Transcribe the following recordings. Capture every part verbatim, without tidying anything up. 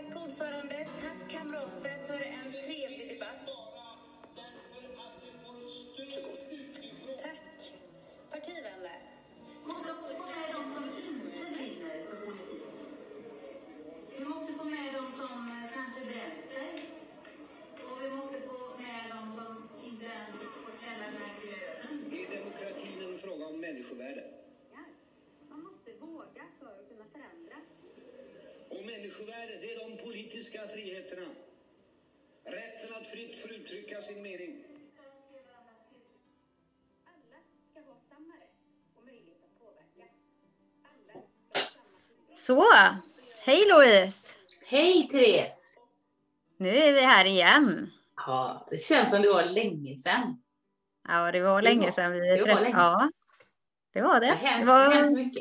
Tack ordförande, tack kamrater för en trevlig debatt. Tack partivänner. Måste också få med de som inte brinner för politik. Vi måste få med de som kanske bränt sig. Och vi måste få med de som inte ens får känna den här glöden. Är demokratin en fråga om människovärde? Ja, man måste våga för att kunna förändra. Och människovärde, det är de politiska friheterna. Rätten att fritt få uttrycka sin mening. Alla ska ha samma rätt och möjlighet att påverka. Alla ska ha samma frihet. Så, hej Louise! Hej Therese! Nu är vi här igen. Ja, det känns som det var länge sedan. Ja, det var länge sedan vi det var träffade. länge. Ja, det var det. Det har hänt, det var... hänt mycket.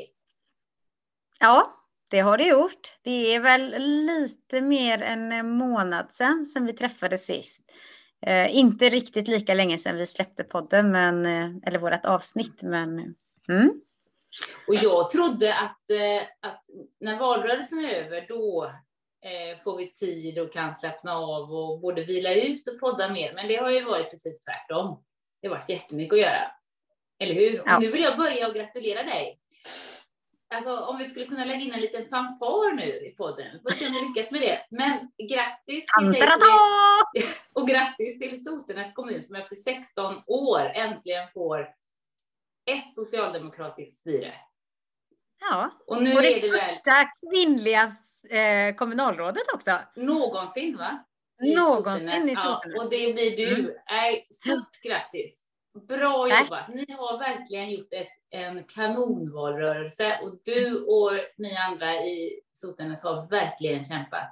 Ja, det har det gjort. Det är väl lite mer än en månad sedan som vi träffades sist. Eh, inte riktigt lika länge sedan vi släppte podden, men, eh, eller vårt avsnitt. Men, mm. Och jag trodde att, eh, att när valrörelsen är över, då eh, får vi tid och kan slappna av och både vila ut och podda mer. Men det har ju varit precis tvärtom. Det har varit jättemycket att göra. Eller hur? Ja. Och nu vill jag börja och gratulera dig. Alltså om vi skulle kunna lägga in en liten fanfar nu i podden. Vi får se om vi lyckas med det. Men grattis till dig. Och grattis till Sotenäs kommun som efter sexton år äntligen får ett socialdemokratiskt styre. Ja, och nu och det är det väl första kvinnliga eh, kommunalrådet också. någonsin, va? I Någonsin Sotenäs. i Ja, Sotenäs. och det blir du. Mm. Nej, stort grattis. Bra Tack. jobbat. Ni har verkligen gjort ett, en kanonvalrörelse. Och du och ni andra i Sotenäs har verkligen kämpat.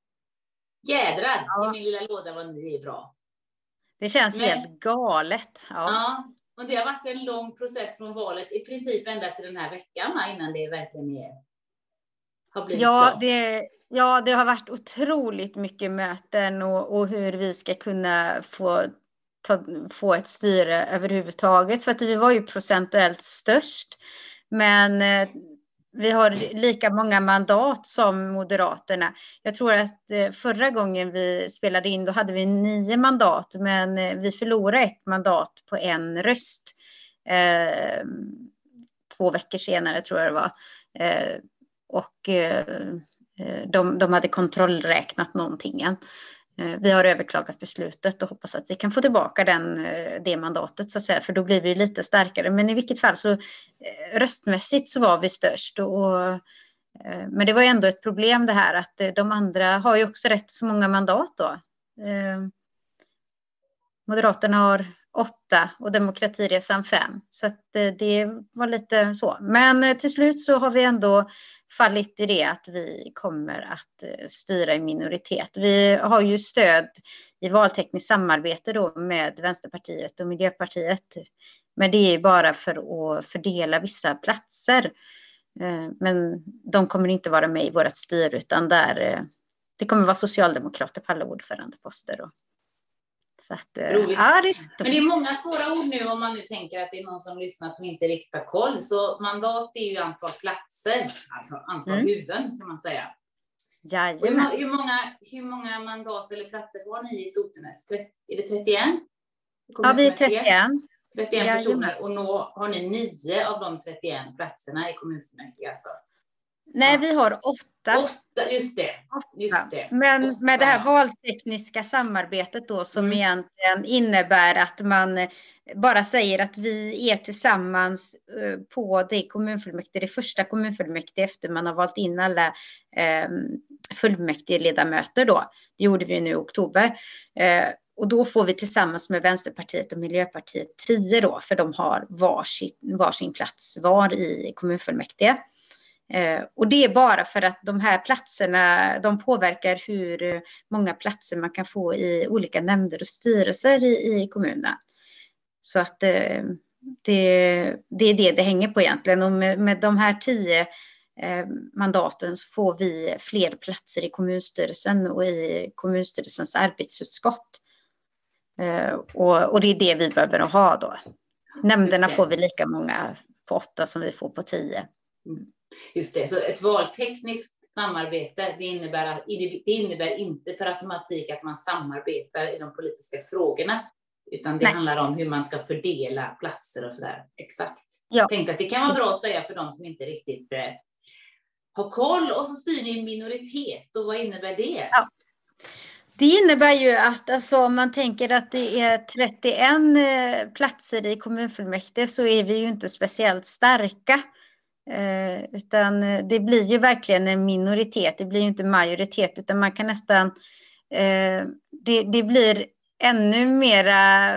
Jädrar, Ja. i min lilla låda vad ni är bra. Det känns Men- helt galet. Ja. Ja, och det har varit en lång process från valet. I princip ända till den här veckan, va, innan det verkligen är, har blivit Ja, klart. det, ja, det har varit otroligt mycket möten och, och hur vi ska kunna få, ta, få ett styre överhuvudtaget. För att vi var ju procentuellt störst. Men eh, vi har lika många mandat som Moderaterna. Jag tror att eh, förra gången vi spelade in då hade vi nio mandat. Men eh, vi förlorade ett mandat på en röst. Eh, två veckor senare tror jag det var. Eh, och eh, de, de hade kontrollräknat någonting än. Eh, vi har överklagat beslutet och hoppas att vi kan få tillbaka den, eh, det mandatet så att säga. För då blir vi lite starkare. Men i vilket fall så eh, röstmässigt så var vi störst. Och, eh, men det var ändå ett problem det här att eh, de andra har ju också rätt så många mandat då. Eh, Moderaterna har åtta och Demokratiresan fem. Så att eh, det var lite så. Men eh, till slut så har vi ändå fallit i det att vi kommer att eh, styra i minoritet. Vi har ju stöd i valtekniskt samarbete då med Vänsterpartiet och Miljöpartiet. Men det är ju bara för att fördela vissa platser. Eh, men de kommer inte vara med i vårt styre utan där eh, det kommer vara socialdemokrater på alla ordförandeposter. Och, så att, eh, Roligt. ja, det är stort. Men det är många svåra ord nu om man nu tänker att det är någon som lyssnar som inte riktigt har koll. Så mandat är ju antal platser, alltså antal Mm. huvuden kan man säga. Hur, Jajamän. må- hur, många, hur många mandat eller platser har ni i Sotenäs? trettio, är det trettioen? Ja, vi är trettioen. trettioen Jajamän. personer och nu har ni nio av de trettioen platserna i kommunfullmäktige alltså. Nej, Ja. vi har åtta. Åtta, just det. Just det. Men Åtta, med det här ja. valtekniska samarbetet då som Mm. egentligen innebär att man bara säger att vi är tillsammans eh, på det kommunfullmäktige, det första kommunfullmäktige efter man har valt in alla eh, fullmäktigeledamöter då. Det gjorde vi nu i oktober. Eh, och då får vi tillsammans med Vänsterpartiet och Miljöpartiet tio då, för de har varsin, varsin plats var i kommunfullmäktige. Eh, och det är bara för att de här platserna, de påverkar hur många platser man kan få i olika nämnder och styrelser i, i kommunen. Så att eh, det, det är det det hänger på egentligen. Och med, med de här tio eh, mandaten så får vi fler platser i kommunstyrelsen och i kommunstyrelsens arbetsutskott. Eh, och, och det är det vi behöver ha då. Nämnderna får vi lika många på åtta som vi får på tio. Just det, så ett valtekniskt samarbete. Det innebär, att, det innebär inte per automatik att man samarbetar i de politiska frågorna, utan det Nej. handlar om hur man ska fördela platser och sådär. Exakt. Ja. Jag tänkte att det kan vara bra att säga för de som inte riktigt eh, har koll. Och så styr ni en minoritet. Och vad innebär det? Ja. Det innebär ju att alltså, om man tänker att det är trettioen eh, platser i kommunfullmäktige så är vi ju inte speciellt starka. Eh, utan det blir ju verkligen en minoritet. Det blir ju inte majoritet, utan man kan nästan... Eh, det, det blir ännu mera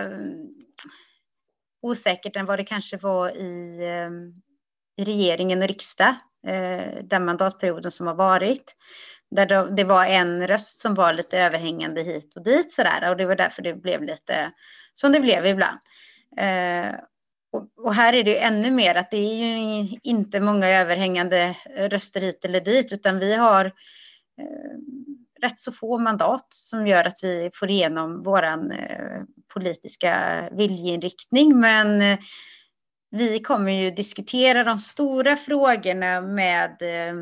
osäkert än vad det kanske var i, eh, i regeringen och riksdag. Eh, den mandatperioden som har varit. Där det var en röst som var lite överhängande hit och dit sådär. Och det var därför det blev lite som det blev ibland. Eh, och, och här är det ju ännu mer att det är ju inte många överhängande röster hit eller dit. Utan vi har eh, rätt så få mandat som gör att vi får igenom våran eh, politiska viljeinriktning. Men eh, vi kommer ju diskutera de stora frågorna med... Eh,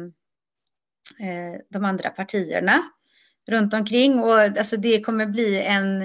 de andra partierna runt omkring, och alltså det kommer bli en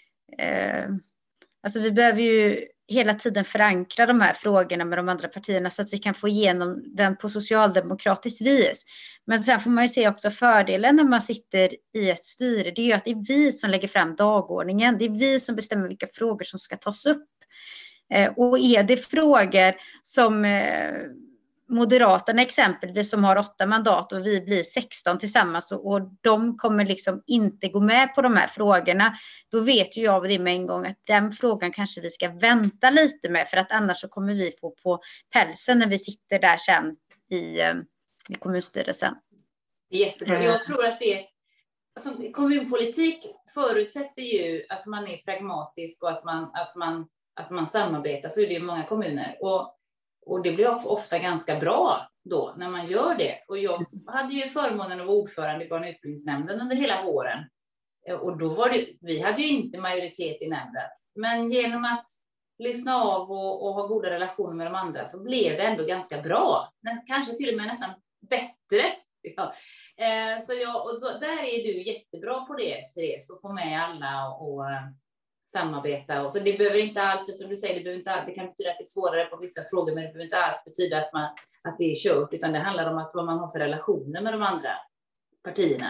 eh, alltså vi behöver ju hela tiden förankra de här frågorna med de andra partierna så att vi kan få igenom den på socialdemokratiskt vis. Men sen får man ju se också fördelen när man sitter i ett styre, det är ju att det är vi som lägger fram dagordningen, det är vi som bestämmer vilka frågor som ska tas upp. Eh, och är det frågor som eh, Moderaterna exempelvis som har åtta mandat och vi blir sexton tillsammans och, och de kommer liksom inte gå med på de här frågorna. Då vet ju jag det med en gång att den frågan kanske vi ska vänta lite med, för att annars så kommer vi få på pälsen när vi sitter där sen i, i kommunstyrelsen. Det är jättebra. Jag tror att det alltså, kommunpolitik förutsätter ju att man är pragmatisk och att man, att man, att man samarbetar. Så är det i många kommuner. Och Och det blir ofta ganska bra då när man gör det. Och jag hade ju förmånen att vara ordförande i barn- och utbildningsnämnden under hela våren. Och då var det, vi hade ju inte majoritet i nämnden. Men genom att lyssna av och, och ha goda relationer med de andra så blev det ändå ganska bra. Men kanske till och med nästan bättre. Ja. Så jag, och då, där är du jättebra på det, Therese. Att få med alla och... och samarbeta. Och så det behöver inte alls, som du säger, det, behöver inte alls, det kan betyda att det är svårare på vissa frågor, men det behöver inte alls betyda att, man, att det är kört, utan det handlar om att vad man har för relationer med de andra partierna.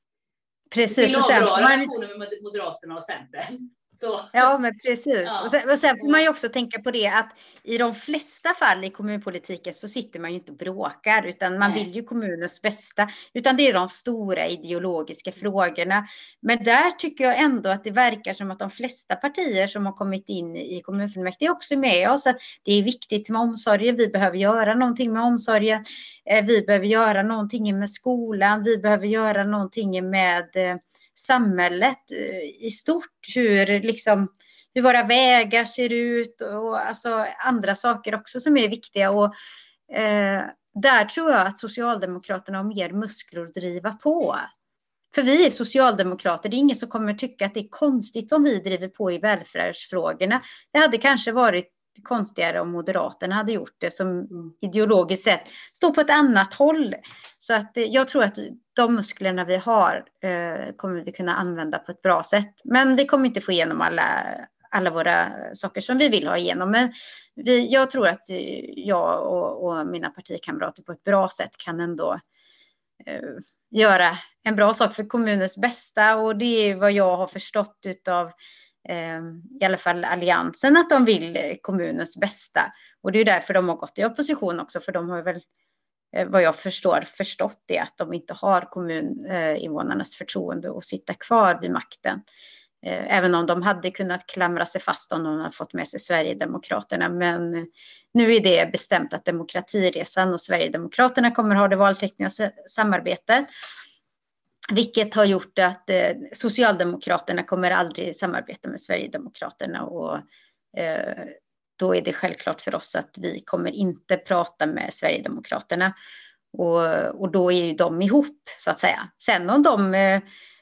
Precis. Det är bra man... relationer med Moderaterna och Centern. Så. Ja, men precis. Ja. Och, sen, och sen får man ju också tänka på det att i de flesta fall i kommunpolitiken så sitter man ju inte och bråkar, utan man Nej. vill ju kommunens bästa, utan det är de stora ideologiska frågorna. Men där tycker jag ändå att det verkar som att de flesta partier som har kommit in i kommunfullmäktige också är med oss, att det är viktigt med omsorgen, vi behöver göra någonting med omsorgen, vi behöver göra någonting med skolan, vi behöver göra någonting med samhället i stort, hur, liksom, hur våra vägar ser ut och alltså andra saker också som är viktiga. Och eh, där tror jag att Socialdemokraterna har mer muskler att driva på. För vi är socialdemokrater, det är ingen som kommer tycka att det är konstigt om vi driver på i välfärdsfrågorna. Det hade kanske varit konstigare om Moderaterna hade gjort det, som ideologiskt sett står på ett annat håll. Så att jag tror att de musklerna vi har eh, kommer vi kunna använda på ett bra sätt. Men vi kommer inte få igenom alla, alla våra saker som vi vill ha igenom. Men vi, jag tror att jag och, och mina partikamrater på ett bra sätt kan ändå eh, göra en bra sak för kommunens bästa. Och det är vad jag har förstått utav i alla fall alliansen, att de vill kommunens bästa. Och det är därför de har gått i opposition också, för de har väl, vad jag förstår, förstått det att de inte har kommuninvånarnas förtroende att sitta kvar vid makten. Även om de hade kunnat klamra sig fast om de hade fått med sig Sverigedemokraterna. Men nu är det bestämt att Demokratiresan och Sverigedemokraterna kommer ha det valtekniska samarbetet. Vilket har gjort att eh, Socialdemokraterna kommer aldrig samarbeta med Sverigedemokraterna, och eh, då är det självklart för oss att vi kommer inte prata med Sverigedemokraterna, och, och då är ju de ihop så att säga. Sen om de eh,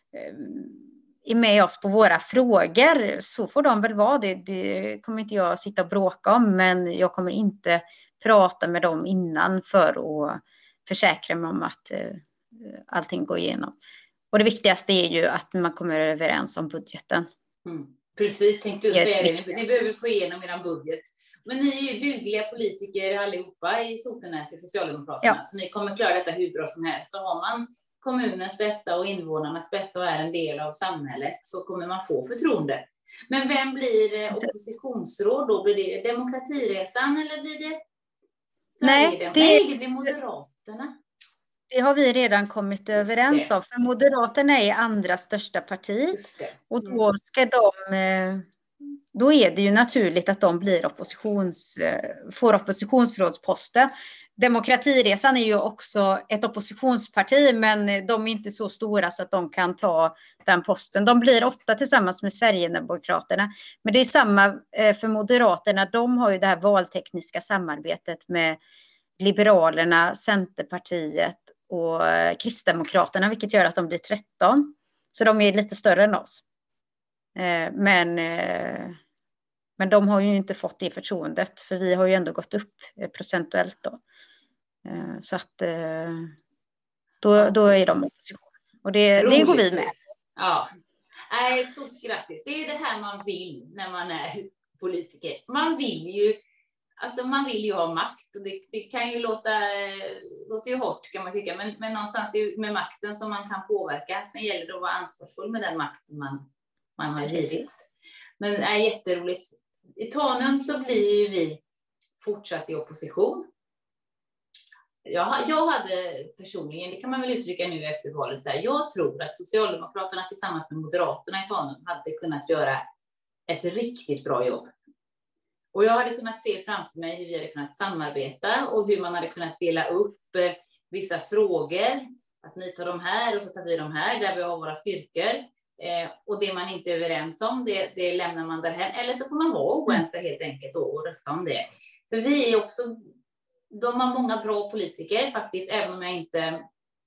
är med oss på våra frågor så får de väl vara det, det kommer inte jag sitta och bråka om, men jag kommer inte prata med dem innan för att försäkra mig om att eh, allting går igenom. Och det viktigaste är ju att man kommer överens om budgeten. Mm. Precis, tänkte du säga det. Ni behöver få igenom er budget. Men ni är ju dugliga politiker allihopa i Sotenäs i Socialdemokraterna. Ja. Så ni kommer klara detta hur bra som helst. Och har man kommunens bästa och invånarnas bästa och är en del av samhället så kommer man få förtroende. Men vem blir oppositionsråd då? Blir det Demokratiresan eller blir det... Nej, det... Nej, det blir Moderaterna. Det har vi redan kommit överens om. För Moderaterna är andra största parti. Mm. Och då ska de... Då är det ju naturligt att de blir oppositions, får oppositionsrådsposter. Demokratiresan är ju också ett oppositionsparti, men de är inte så stora så att de kan ta den posten. De blir åtta tillsammans med Sverigedemokraterna. Men det är samma för Moderaterna. De har ju det här valtekniska samarbetet med Liberalerna, Centerpartiet och Kristdemokraterna, vilket gör att de blir tretton. Så de är lite större än oss. Men, men de har ju inte fått det förtroendet, för vi har ju ändå gått upp procentuellt då. Så att då, då är de opposition. Och det, det går vi med. Ja, nej, stort grattis. Det är det här man vill när man är politiker. Man vill ju Alltså man vill ju ha makt och det, det kan ju låta, låta ju hårt kan man tycka, men, men någonstans det är med makten som man kan påverka. Sen gäller det att vara ansvarsfull med den makten man, man har givits. Men det är jätteroligt. I Tanum så blir ju vi fortsatt i opposition. Jag, jag hade personligen, det kan man väl uttrycka nu efter valet, så här, jag tror att Socialdemokraterna tillsammans med Moderaterna i Tanum hade kunnat göra ett riktigt bra jobb. Och jag hade kunnat se framför mig hur vi hade kunnat samarbeta och hur man hade kunnat dela upp vissa frågor. Att ni tar de här och så tar vi de här där vi har våra styrkor. Eh, och det man inte är överens om, det, det lämnar man därhen. Eller så får man vara oense helt enkelt då och rösta om det. För vi är också, de har många bra politiker faktiskt, även om jag inte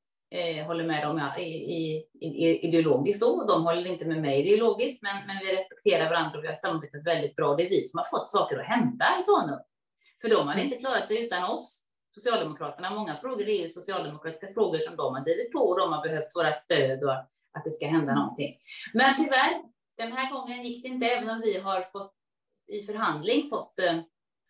eh, håller med dem i, i, i, ideologiskt så. De håller inte med mig ideologiskt, men, men vi respekterar varandra och vi har samarbetat väldigt bra. Det är vi som har fått saker att hända i Tanum. För de har inte klarat sig utan oss. Socialdemokraterna, många frågor är ju socialdemokratiska frågor som de har drivit på och de har behövt våra stöd och att det ska hända någonting. Men tyvärr, den här gången gick det inte, även om vi har fått i förhandling fått, eh,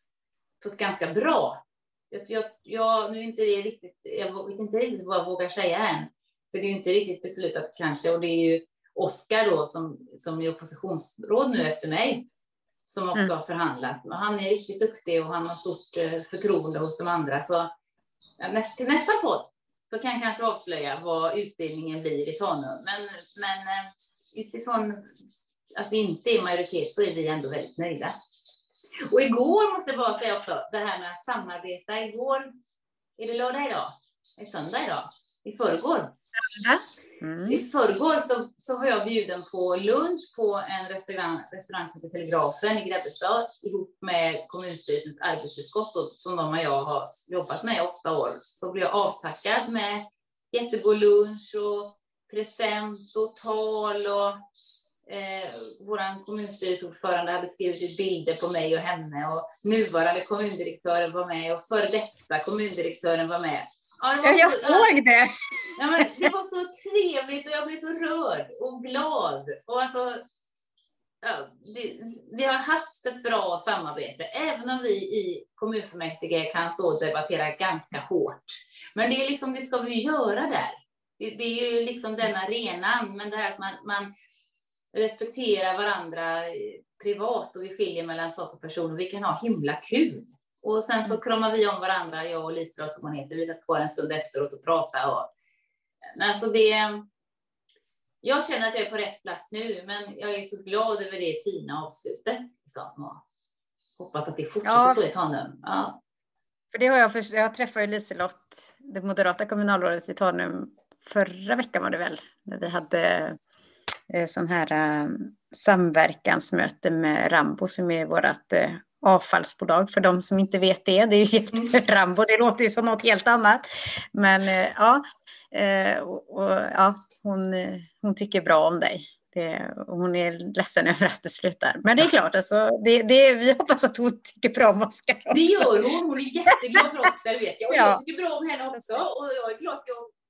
fått ganska bra. Jag, jag, jag, nu är inte det riktigt, jag vet inte riktigt vad jag vågar säga än. För det är ju inte riktigt beslutat kanske. Och det är ju Oskar då som, som är oppositionsråd nu efter mig. Som också mm. har förhandlat. Och han är riktigt duktig och han har stort eh, förtroende hos de andra. Så ja, näst, till nästa podd så kan jag kanske avslöja vad utdelningen blir i Tanum. Men, men eh, utifrån att vi inte är majoritet så är vi ändå väldigt nöjda. Och igår måste jag bara säga också, det här med att samarbeta. Igår, är det lördag idag? Är det söndag idag? I förrgår. Mm. I förrgår så, så var jag bjuden på lunch på en restaurang, restaurang på Telegrafen i Grebbestad ihop med kommunstyrelsens arbetsutskott som de och jag har jobbat med i åtta år. Så blev jag avtackad med jättegod lunch och present och tal och Eh, vår kommunstyrelseordförande hade skrivit ut bilder på mig och henne och nuvarande kommundirektören var med och före detta kommundirektören var med. Ja, det var jag så, såg ja, det! Ja, men det var så trevligt och jag blev så rörd och glad. Och alltså, ja, det, vi har haft ett bra samarbete, även om vi i kommunfullmäktige kan stå och debattera ganska hårt. Men det är liksom, det ska vi göra där. Det, det är ju liksom den arenan, men det här att man, man respektera varandra privat och vi skiljer mellan sak och person och vi kan ha himla kul. Och sen så kramar vi om varandra, jag och Lisa som man heter. Vi satt kvar en stund efteråt och pratade. Och, alltså det, jag känner att jag är på rätt plats nu, men jag är så glad över det fina avslutet. Liksom, och hoppas att det fortsätter ja. Så i Tanum. Ja. För det har jag, för, jag träffade Liselott, det moderata kommunalrådet i Tanum förra veckan var det väl, när vi hade sån här äh, samverkansmöte med Rambo som är vårt äh, avfallsbolag. För de som inte vet det, det är ju jätte Rambo, det låter ju som något helt annat. Men äh, ja, äh, och, och, ja hon, hon tycker bra om dig. Det, hon är ledsen över att du slutar. Men det är klart, alltså, det, det, vi hoppas att hon tycker bra om Oskar också. Det gör hon, hon är jätteglad för Oskar, vet jag. Och ja. Jag tycker bra om henne också. Och jag är glad att jag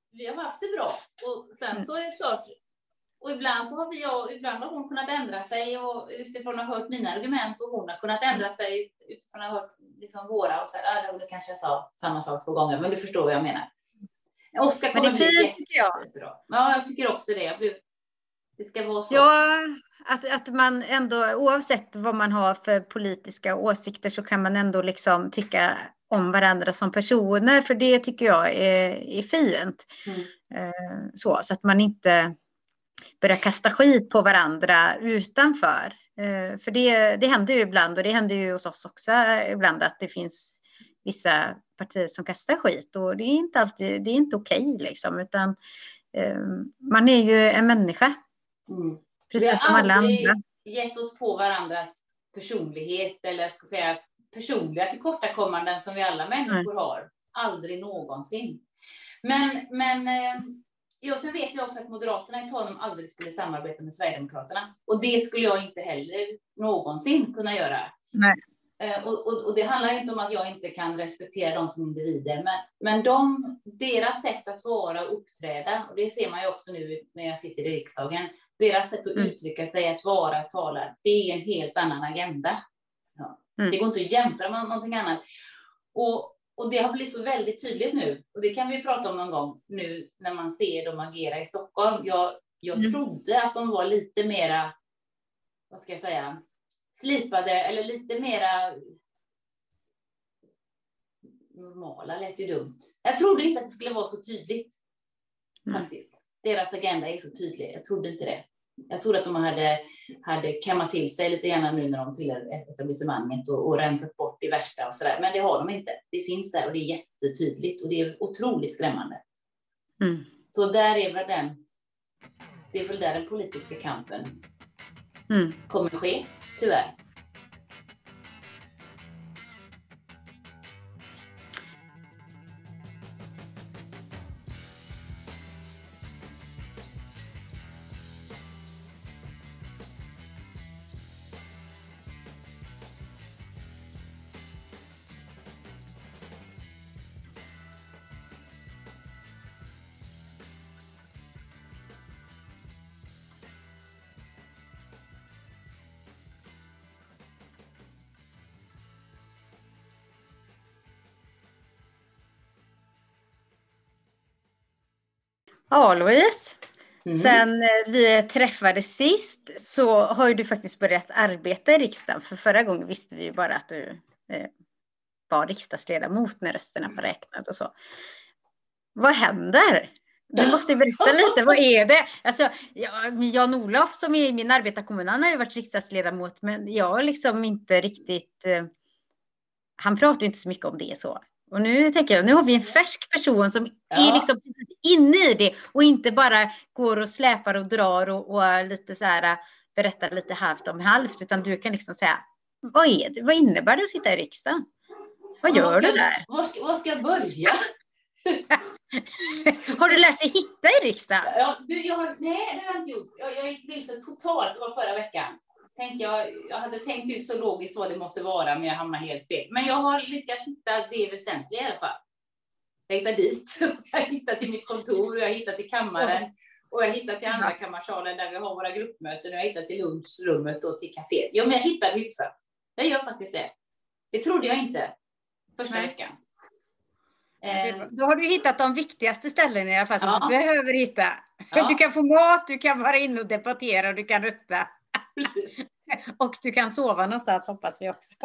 vi har haft det bra. Och sen mm. så är det klart, och ibland så har vi, och ibland har hon kunnat ändra sig och utifrån att ha hört mina argument, och hon har kunnat ändra sig utifrån att ha hört liksom våra, och så här, ah, det kanske jag sa samma sak två gånger, men du förstår vad jag menar. Oskar kommer bli jättebra. Tycker jag. Ja, jag tycker också det. Jag blir, det ska vara så. Ja, att, att man ändå, oavsett vad man har för politiska åsikter, så kan man ändå liksom tycka om varandra som personer, för det tycker jag är, är fint. Mm. Så, så att man inte börjar kasta skit på varandra utanför. För det, det händer ju ibland, och det händer ju hos oss också ibland, att det finns vissa partier som kastar skit, och det är inte alltid, det är inte okej liksom, utan man är ju en människa. Mm. Precis som alla andra. Vi har aldrig gett oss på varandras personlighet, eller jag ska säga personliga tillkortakommanden som vi alla människor mm. har. Aldrig någonsin. Men, men ja, sen vet jag också att Moderaterna i Tanum aldrig skulle samarbeta med Sverigedemokraterna. Och det skulle jag inte heller någonsin kunna göra. Nej. Och, och, och det handlar inte om att jag inte kan respektera dem som individer. Men, men de, deras sätt att vara och uppträda, och det ser man ju också nu när jag sitter i riksdagen. Deras sätt att mm. uttrycka sig, att vara, att tala, det är en helt annan agenda. Ja. Mm. Det går inte att jämföra med någonting annat. Och, och det har blivit så väldigt tydligt nu. Och det kan vi prata om någon gång nu när man ser dem agera i Stockholm. Jag, jag mm. trodde att de var lite mera, vad ska jag säga, slipade eller lite mera normala, lät ju dumt. Jag trodde inte att det skulle vara så tydligt. Mm. Faktiskt. Deras agenda är så tydlig. Jag trodde inte det. Jag trodde att de hade, hade kammat till sig lite grann nu när de tillhör etablissemanget och, och rensat bort det värsta och sådär. Men det har de inte. Det finns där och det är jättetydligt och det är otroligt skrämmande. Mm. Så där är väl den, det är väl där den politiska kampen mm. kommer ske, tyvärr. Ja, Louise. Mm. Sen vi träffades sist så har ju du faktiskt börjat arbeta i riksdagen. För förra gången visste vi ju bara att du eh, var riksdagsledamot när rösterna var räknade och så. Vad händer? Du måste ju berätta lite, vad är det? Alltså, Jan-Olof som är i min arbetarkommun, han har ju varit riksdagsledamot, men jag har liksom inte riktigt, eh, han pratar ju inte så mycket om det så. Och nu tänker jag, nu har vi en färsk person som ja. är liksom inne i det och inte bara går och släpar och drar och, och lite så här berättar lite halvt om halvt, utan du kan liksom säga, vad är det? Vad innebär det att sitta i riksdagen? Vad gör vad du där? Var ska, var ska jag börja? Har du lärt dig hitta i riksdagen? Ja, du, jag, nej, det har jag inte gjort. Jag, jag gick vilse totalt, det var förra veckan. Tänkte jag, jag hade tänkt ut så logiskt vad det måste vara, men jag hamnar helt fel. Men jag har lyckats hitta det väsentliga i alla fall. Jag hittar dit, jag har hittat till mitt kontor, jag har hittat till kammaren och jag har hittat till andra kammarsalen där vi har våra gruppmöten och jag har hittat till lunchrummet och till kaféet. Ja, men jag hittar hyfsat. Jag gör faktiskt det. Det trodde jag inte första Nej. veckan. Då har du hittat de viktigaste ställena i alla fall som ja. du behöver hitta. Ja. Du kan få mat, du kan vara inne och debattera och du kan rösta. Precis. Och du kan sova någonstans, hoppas vi också.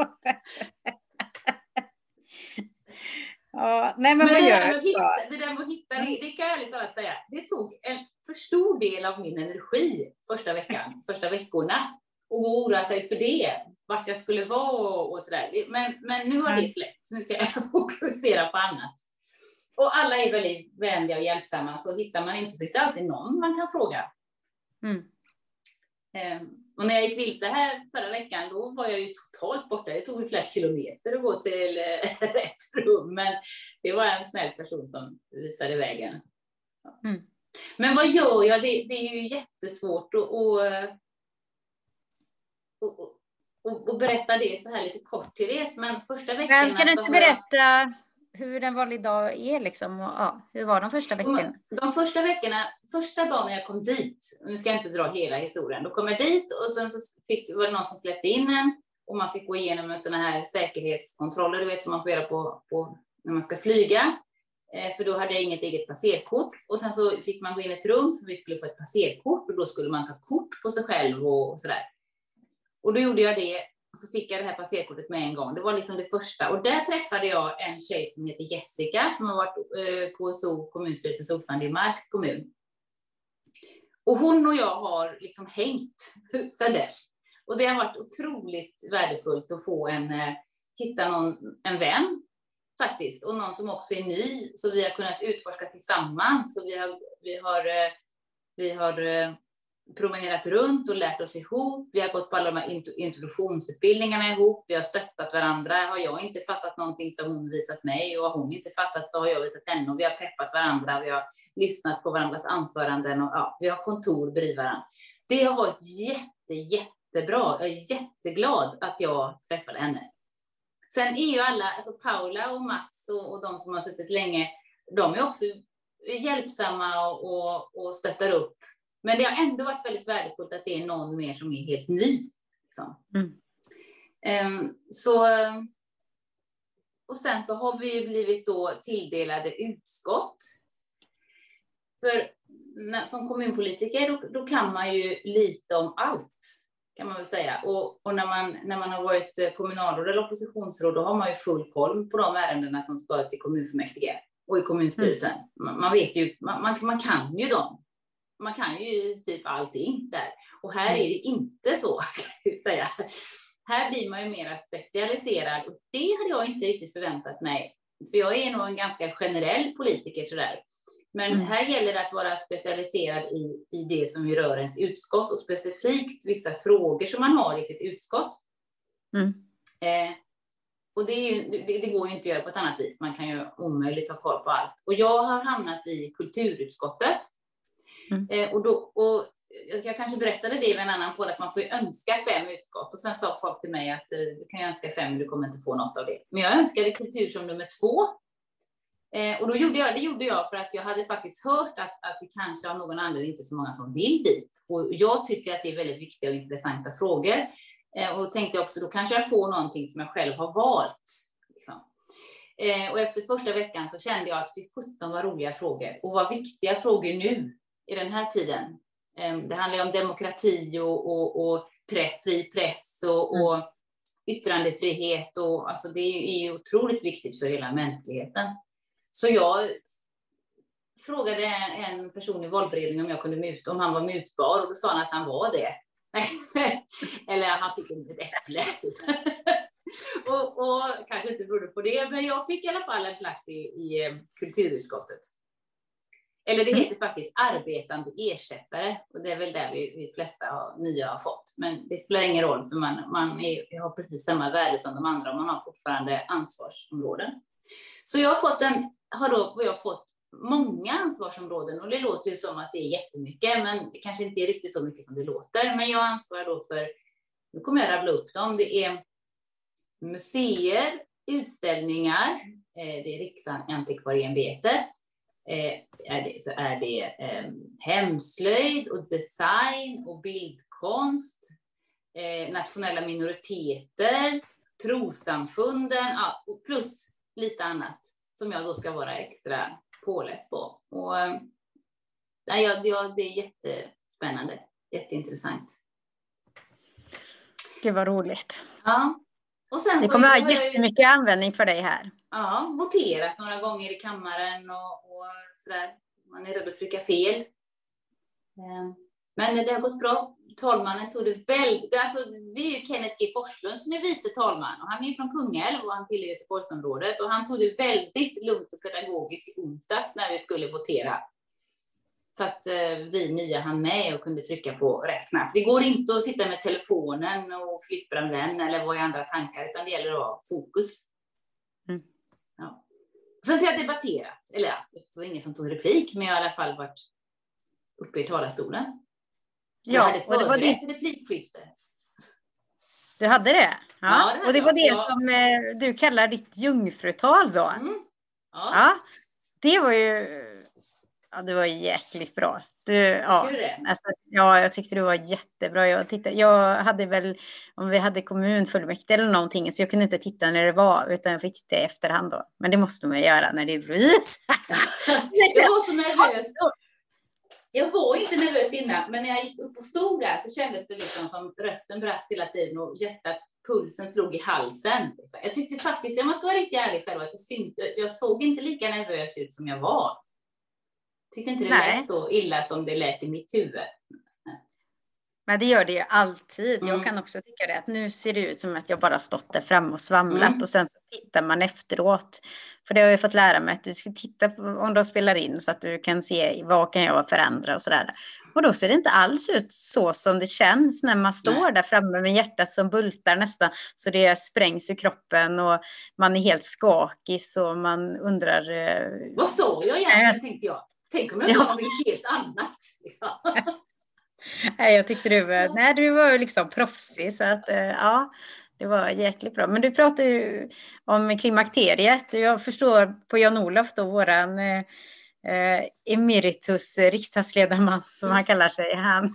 Ja, nej, men, men vad det, gör där hitta, det där med att hitta, det, det kan jag ärligt talat säga, det tog en för stor del av min energi första veckan, första veckorna. Och oroa sig för det, vart jag skulle vara och sådär. Men, men nu har det släppt, så nu kan jag fokusera på annat. Och alla är väldigt vänliga och hjälpsamma, så hittar man inte så finns det alltid någon man kan fråga. Mm. Um, och när jag gick vilse här förra veckan, då var jag ju totalt borta. Det tog flera kilometer att gå till äh, rätt rum. Men det var en snäll person som visade vägen. Mm. Men vad gör jag? Det, det är ju jättesvårt att och, och, och, och berätta det så här lite kort till det. Men första veckan... Men kan du inte berätta... hur en vanlig dag är liksom. Och, ja, hur var de första veckorna? De, de första veckorna, första dagen när jag kom dit, nu ska jag inte dra hela historien, då kom jag dit och sen så fick, var det någon som släppte in en och man fick gå igenom en sån här säkerhetskontroller, du vet, som man får göra på, på när man ska flyga. Eh, för då hade jag inget eget passerkort. Och sen så fick man gå in i ett rum för vi skulle få ett passerkort och då skulle man ta kort på sig själv och, och sådär. Och då gjorde jag det och så fick jag det här passerkortet med en gång. Det var liksom det första. Och där träffade jag en tjej som heter Jessica som har varit eh, K S O, kommunstyrelsens ordförande i Marks kommun. Och hon och jag har liksom hängt sedan dess. Och det har varit otroligt värdefullt att få en, eh, hitta någon, en vän faktiskt. Och någon som också är ny. Så vi har kunnat utforska tillsammans. Så vi har, vi har, eh, vi har eh, promenerat runt och lärt oss ihop. Vi har gått på alla de här introduktionsutbildningarna ihop. Vi har stöttat varandra. Har jag inte fattat någonting så har hon visat mig. Och har hon inte fattat så har jag visat henne. Och vi har peppat varandra. Vi har lyssnat på varandras anföranden. Och ja, vi har kontor bredvid varandra. Det har varit jätte, jättebra. Jag är jätteglad att jag träffade henne. Sen är ju alla, alltså Paula och Mats och, och de som har suttit länge, de är också hjälpsamma och, och, och stöttar upp. Men det har ändå varit väldigt värdefullt att det är någon mer som är helt ny. Liksom. Mm. Um, så, och sen så har vi blivit då tilldelade utskott. För när, som kommunpolitiker då, då kan man ju lite om allt. Kan man väl säga. Och, och när, man, när man har varit kommunalråd eller oppositionsråd, då har man ju full koll på de ärendena som ska till kommunfullmäktige och i kommunstyrelsen. Mm. Man, man vet ju, man, man, man kan ju dem. Man kan ju typ allting där. Och här är det inte så, kan jag säga. Här blir man ju mer specialiserad. Och det hade jag inte riktigt förväntat mig. För jag är nog en ganska generell politiker sådär. Men mm. här gäller det att vara specialiserad i, i det som rör ens utskott. Och specifikt vissa frågor som man har i sitt utskott. Mm. Eh, och det, är ju, det, det går ju inte att göra på ett annat vis. Man kan ju omöjligt ha koll på allt. Och jag har hamnat i kulturutskottet. Mm. Eh, och, då, och jag kanske berättade det i en annan podd att man får önska fem utskott. Och sen sa folk till mig att eh, du kan ju önska fem men du kommer inte få något av det. Men jag önskade kultur som nummer två. Eh, och då gjorde jag, det gjorde jag för att jag hade faktiskt hört att, att det kanske av någon anledning inte så många som vill dit. Och jag tycker att det är väldigt viktiga och intressanta frågor. Eh, och tänkte också då kanske jag får någonting som jag själv har valt. Liksom. Eh, och efter första veckan så kände jag att det sjutton var roliga frågor. Och var viktiga frågor nu i den här tiden. Eh, det handlar om demokrati och, och, och press, fri press och, mm. och yttrandefrihet. Och, alltså det är ju otroligt viktigt för hela mänskligheten. Så jag frågade en person i valberedningen om jag kunde muta, om han var mutbar. Och då sa han att han var det. Eller han fick en äpple. och, och kanske inte berodde på det. Men jag fick i alla fall en plats i, i kulturutskottet. Eller det heter faktiskt arbetande ersättare. Och det är väl där vi, vi flesta har, nya har fått. Men det spelar ingen roll för man, man är, har precis samma värde som de andra. Och man har fortfarande ansvarsområden. Så jag har fått en, har då jag fått många ansvarsområden. Och det låter ju som att det är jättemycket. Men det kanske inte är riktigt så mycket som det låter. Men jag ansvarar då för, nu kommer jag rabbla upp dem. Det är museer, utställningar. Eh, det är Riksantikvarieämbetet. Eh, är det, så är det eh, hemslöjd och design och bildkonst, eh, nationella minoriteter, trossamfunden, ja, plus lite annat som jag då ska vara extra påläst på. Och, eh, ja, ja, det är jättespännande, jätteintressant. Gud vad roligt. Ja. Och sen det kommer ha jättemycket ju, användning för dig här. Ja, voterat några gånger i kammaren och, och sådär. Man är rädd att trycka fel. Men det har gått bra. Talmannen tog det väldigt... Alltså, vi är ju Kenneth G. Forslund som är vice talman. Och han är ju från Kungälv och han tillhör Göteborgsområdet. Och han tog det väldigt lugnt och pedagogiskt i onsdags när vi skulle votera. Så att eh, vi nya hann med och kunde trycka på rätt knapp. Det går inte att sitta med telefonen och flippra med den eller vara i andra tankar. Utan det gäller att ha fokus. Mm. Ja. Sen så har jag debatterat. Eller ja, det var ingen som tog replik. Men jag har i alla fall varit uppe i talarstolen. Jag ja, hade och det var ditt replikskifte. Du hade det? Ja, ja det hade och det var det jag. som eh, du kallar ditt jungfrutal då. Mm. Ja. Ja, det var ju, ja, det var jäkligt bra. Du, ja, Tycker du det? alltså, ja, jag tyckte det var jättebra. Jag, tittade, jag hade väl, om vi hade kommunfullmäktige eller någonting, så jag kunde inte titta när det var, utan jag fick titta i efterhand då. Men det måste man göra när det är rys. Jag var så nervös. Jag var inte nervös innan, men när jag gick upp och stod där så kändes det liksom som rösten brast hela tiden och hjärtat, pulsen slog i halsen. Jag tyckte faktiskt, jag måste vara riktigt ärlig själv, att det synt, jag såg inte lika nervös ut som jag var. Tyckte inte det Nej. lät så illa som det lät i mitt huvud. Men det gör det ju alltid. Mm. Jag kan också tycka det, att nu ser det ut som att jag bara stått där fram och svamlat. Mm. Och sen så tittar man efteråt. För det har jag fått lära mig, att du ska titta på om de spelar in, så att du kan se vad kan jag förändra och sådär. Och då ser det inte alls ut så som det känns när man står Nej. där framme med hjärtat som bultar nästan. Så det sprängs i kroppen och man är helt skakig, så man undrar. eh, Vad sa jag egentligen, tänkte jag. Tänk om jag Ja. sa något helt annat. Liksom. Nej, jag tyckte du var, nej, du var ju liksom proffsig, så att eh, ja, det var jäkligt bra. Men du pratar ju om klimakteriet. Jag förstår på Jan-Olof då, våran eh, eh, emeritus riksdagsledaman som han kallar sig. Han,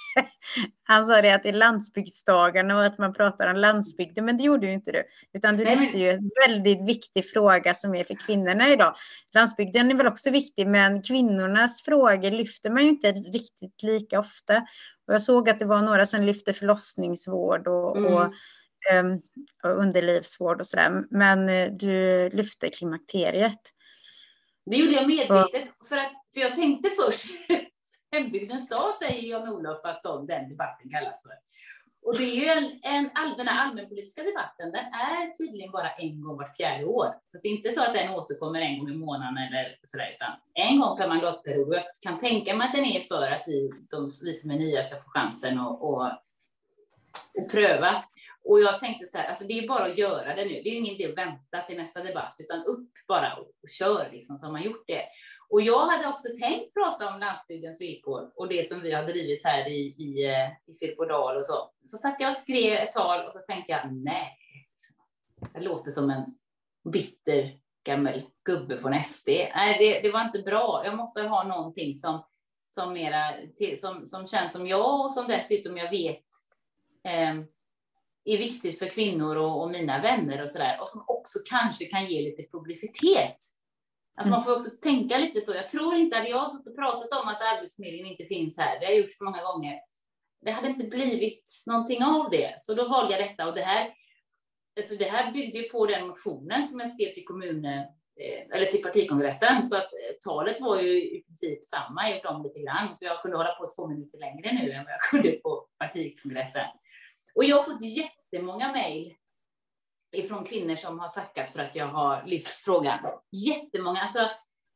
han sa det att det är landsbygdsdagarna och att man pratar om landsbygden, men det gjorde ju inte du. Utan du Nej, men- lyfte ju en väldigt viktig fråga som är för kvinnorna idag. Landsbygden är väl också viktig, men kvinnornas frågor lyfter man ju inte riktigt lika ofta. Och jag såg att det var några som lyfte förlossningsvård och, Mm. och, um, och underlivsvård och sådär. Men eh, du lyfte klimakteriet. Det gjorde jag medvetet, för, att, för jag tänkte först, hembygdens dag säger Jan-Olof att de, den debatten kallas för. Och det är ju en, en all, den här allmänpolitiska debatten, den är tydligen bara en gång vart fjärde år. Så det är inte så att den återkommer en gång i månaden eller sådär, utan en gång per mandatperiod. Och jag kan tänka mig att den är för att vi, de, vi som är nya ska få chansen att och, och pröva. Och jag tänkte så här, alltså det är bara att göra det nu. Det är ingen idé att vänta till nästa debatt, utan upp bara och, och kör liksom, som man gjort det. Och jag hade också tänkt prata om landsbygdens villkor och det som vi har drivit här i, i, i Firpodal och så. Så satt jag och skrev ett tal och så tänkte jag, nej, det låter som en bitter gammal gubbe från S D. Nej, det, det var inte bra. Jag måste ha någonting som, som, mera, till, som, som känns som jag och som dessutom jag vet eh, är viktigt för kvinnor och, och mina vänner och sådär. Och som också kanske kan ge lite publicitet. Alltså man får också tänka lite så. Jag tror inte att jag suttit och pratat om att Arbetsförmedlingen inte finns här. Det har gjorts många gånger. Det hade inte blivit någonting av det. Så då valde jag detta. Och det här, alltså det här byggde ju på den motionen som jag skrev till kommunen, eller till partikongressen. Så att talet var ju i princip samma. Jag gjorde om lite grann. För jag kunde hålla på två minuter längre nu än vad jag kunde på partikongressen. Och jag har fått jättemånga mejl ifrån kvinnor som har tackat för att jag har lyft frågan. Jättemånga, alltså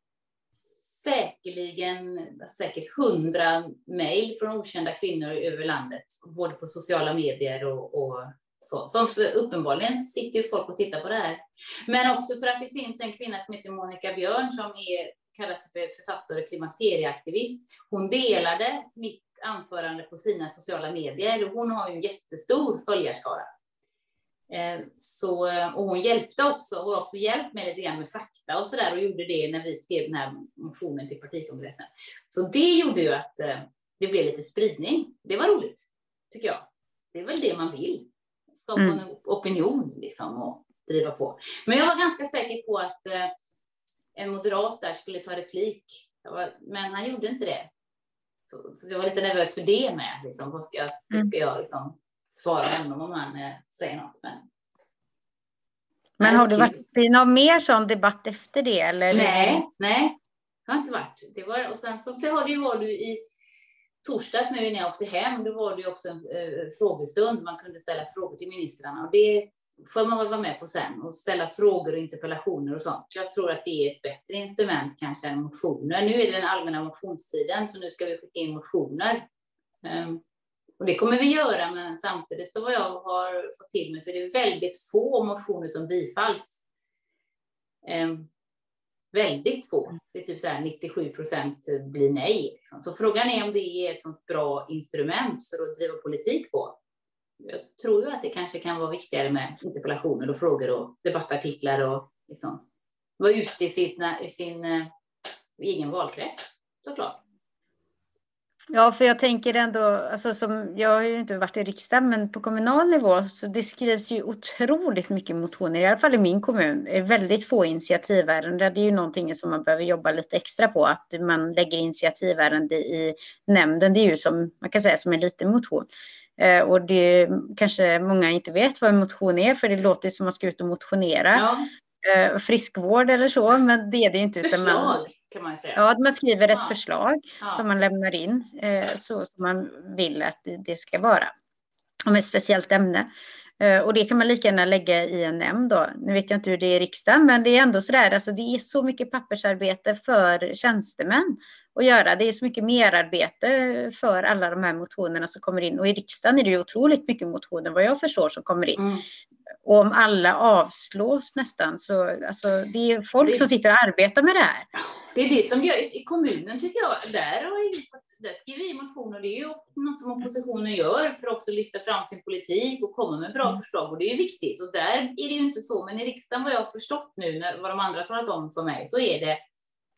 säkerligen säkert hundra mejl från okända kvinnor över landet, både på sociala medier och, och så. Som uppenbarligen sitter ju folk och tittar på det här. Men också för att det finns en kvinna som heter Monica Björn som är, kallas för författare och klimakterieaktivist. Hon delade mitt anförande på sina sociala medier. Hon har ju en jättestor följarskara. Så, och hon hjälpte också, hon har också hjälpt mig lite grann med fakta och sådär och gjorde det när vi skrev den här motionen till partikongressen. Så det gjorde ju att det blev lite spridning. Det var roligt, tycker jag. Det är väl det man vill. Skapa mm. en opinion liksom och driva på. Men jag var ganska säker på att en moderat där skulle ta replik. Men han gjorde inte det. Så, så jag var lite nervös för det med. Liksom. Vad ska jag, mm. ska jag liksom svara honom om han eh, säger något. Men, men har du varit i någon mer sån debatt efter det? Eller? Nej, nej. Det har inte varit. Det var, och sen så för det var du i torsdags när jag åkte hem. Då var det ju också en eh, frågestund. Man kunde ställa frågor till ministrarna. Och det får man väl vara med på sen. Och ställa frågor och interpellationer och sånt. Jag tror att det är ett bättre instrument kanske än motioner. Nu är det den allmänna motionstiden. Så nu ska vi skicka in motioner. Um, och det kommer vi göra. Men samtidigt så vad jag har fått till mig så är det väldigt få motioner som bifalls. Um, väldigt få. Det är typ så här nittiosju procent blir nej. Liksom. Så frågan är om det är ett sånt bra instrument för att driva politik på. Jag tror ju att det kanske kan vara viktigare med interpellationer och frågor och debattartiklar och liksom vara ute i, sitt, i sin eh, egen valkrets, såklart. Ja, för jag tänker ändå, alltså som, jag har ju inte varit i riksdagen, men på kommunal nivå så det skrivs ju otroligt mycket motioner, i alla fall i min kommun. Det är väldigt få initiativärenden. Det är ju någonting som man behöver jobba lite extra på, att man lägger initiativärenden i nämnden. Det är ju som, man kan säga, som en liten motion. Eh, och det kanske många inte vet vad en motion är, för det låter som att man ska ut och motionera. Ja. Eh, friskvård eller så, men det är det inte. Förslag utan man, kan man säga. Ja, man skriver ett Ja. förslag Ja. som man lämnar in eh, så som man vill att det, det ska vara. Om ett speciellt ämne. Eh, och det kan man lika gärna lägga i en nämnd då. Nu vet jag inte hur det är i riksdagen, men det är ändå sådär. Alltså det är så mycket pappersarbete för tjänstemän att göra. Det är så mycket merarbete för alla de här motionerna som kommer in. Och i riksdagen är det ju otroligt mycket motioner, vad jag förstår, som kommer in. Mm. Och om alla avslås nästan, så alltså, det är folk det, som sitter och arbetar med det här. Det är det som gör i kommunen, tycker jag. Där, har vi, där skriver vi motioner. Det är ju något som oppositionen gör för att också lyfta fram sin politik och komma med bra mm. förslag. Och det är ju viktigt. Och där är det ju inte så. Men i riksdagen, vad jag har förstått nu, när, vad de andra har talat om för mig, så är det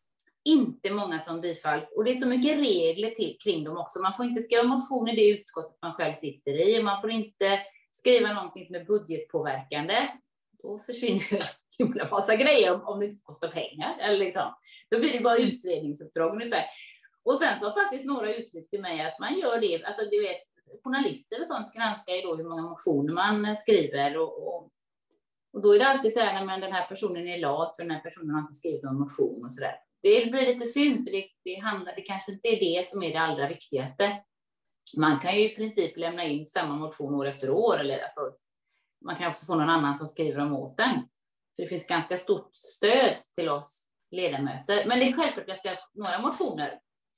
inte många som bifalls. Och det är så mycket regler till, kring dem också. Man får inte skriva motion i det utskottet man själv sitter i. Man får inte skriva någonting som är budgetpåverkande. Då försvinner ju en massa grejer om, om det inte kostar pengar. Eller liksom. Då blir det bara utredningsuppdrag ungefär. Och sen så har faktiskt några uttryckt till mig att man gör det. Alltså du vet, journalister och sånt granskar ju då hur många motioner man skriver. Och, och, och då är det alltid så här när den här personen är lat, för den här personen har inte skrivit någon motion och sådär. Det blir lite synd, för det, det, handlar, det kanske inte är det som är det allra viktigaste. Man kan ju i princip lämna in samma motion år efter år. Eller alltså, man kan också få någon annan som skriver om åt den. För det finns ganska stort stöd till oss ledamöter. Men det är självklart att jag ska ha några motioner.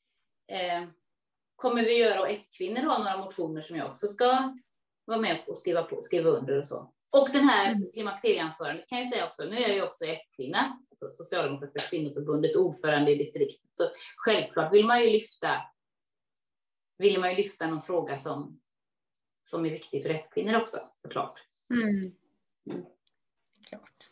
Eh, kommer vi göra, och S-kvinnor har några motioner som jag också ska vara med och skriva, på, skriva under och så. Och den här klimakterieanförandet kan jag säga också. Nu är jag ju också S-kvinna. Alltså Socialdemokratiska kvinnoförbundet, ordförande i distriktet. Så självklart vill man ju lyfta vill man ju lyfta någon fråga som, som är viktig för S-kvinnor också, såklart. Mm. Mm. Klart.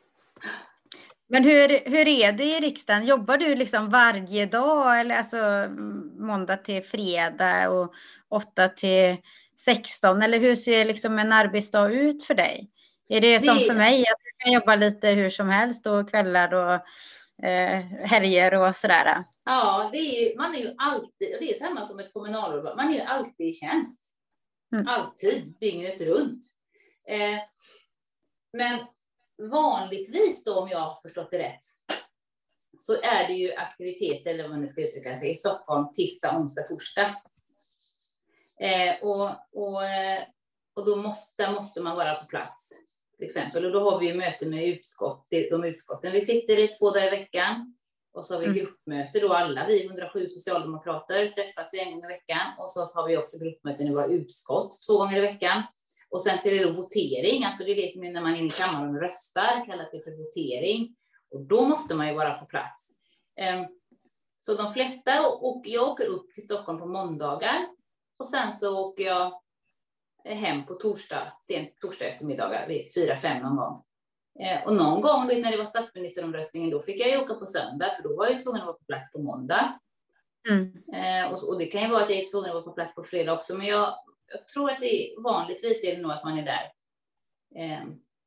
Men hur, hur är det i riksdagen? Jobbar du liksom varje dag, eller alltså måndag till fredag och åtta till sexton? Eller hur ser liksom en arbetsdag ut för dig? Är det som det... för mig att du kan jobba lite hur som helst och kvällar och eh, helger och sådär? Ja, det är, man är ju alltid, och det är samma som ett kommunalråd, man är ju alltid i tjänst. Mm. Alltid, dygnet runt. Eh, men vanligtvis då, om jag har förstått det rätt, så är det ju aktiviteter, eller vad man ska uttrycka sig, i Stockholm tisdag, onsdag, torsdag. Eh, och, och, och då måste, där måste man vara på plats, till exempel. Och då har vi ju möte med utskott, de utskotten. Vi sitter i två dagar i veckan. Och så har vi mm. gruppmöte då, alla vi hundrasju socialdemokrater träffas en gång i veckan. Och så har vi också gruppmöten i våra utskott två gånger i veckan. Och sen så är det då votering, alltså det är det som är när man är inne i kammaren och röstar, kallas det för votering. Och då måste man ju vara på plats. Um, så de flesta, och jag åker upp till Stockholm på måndagar. Och sen så åker jag hem på torsdag, sen torsdag eftermiddagar vid fyra fem någon gång. Eh, och någon gång när det var statsministeromröstningen, då fick jag ju åka på söndag, för då var jag tvungen att vara på plats på måndag. Mm. Eh, och, och det kan ju vara att jag är tvungen att vara på plats på fredag också, men jag, jag tror att det är, vanligtvis är det nog att man är där eh,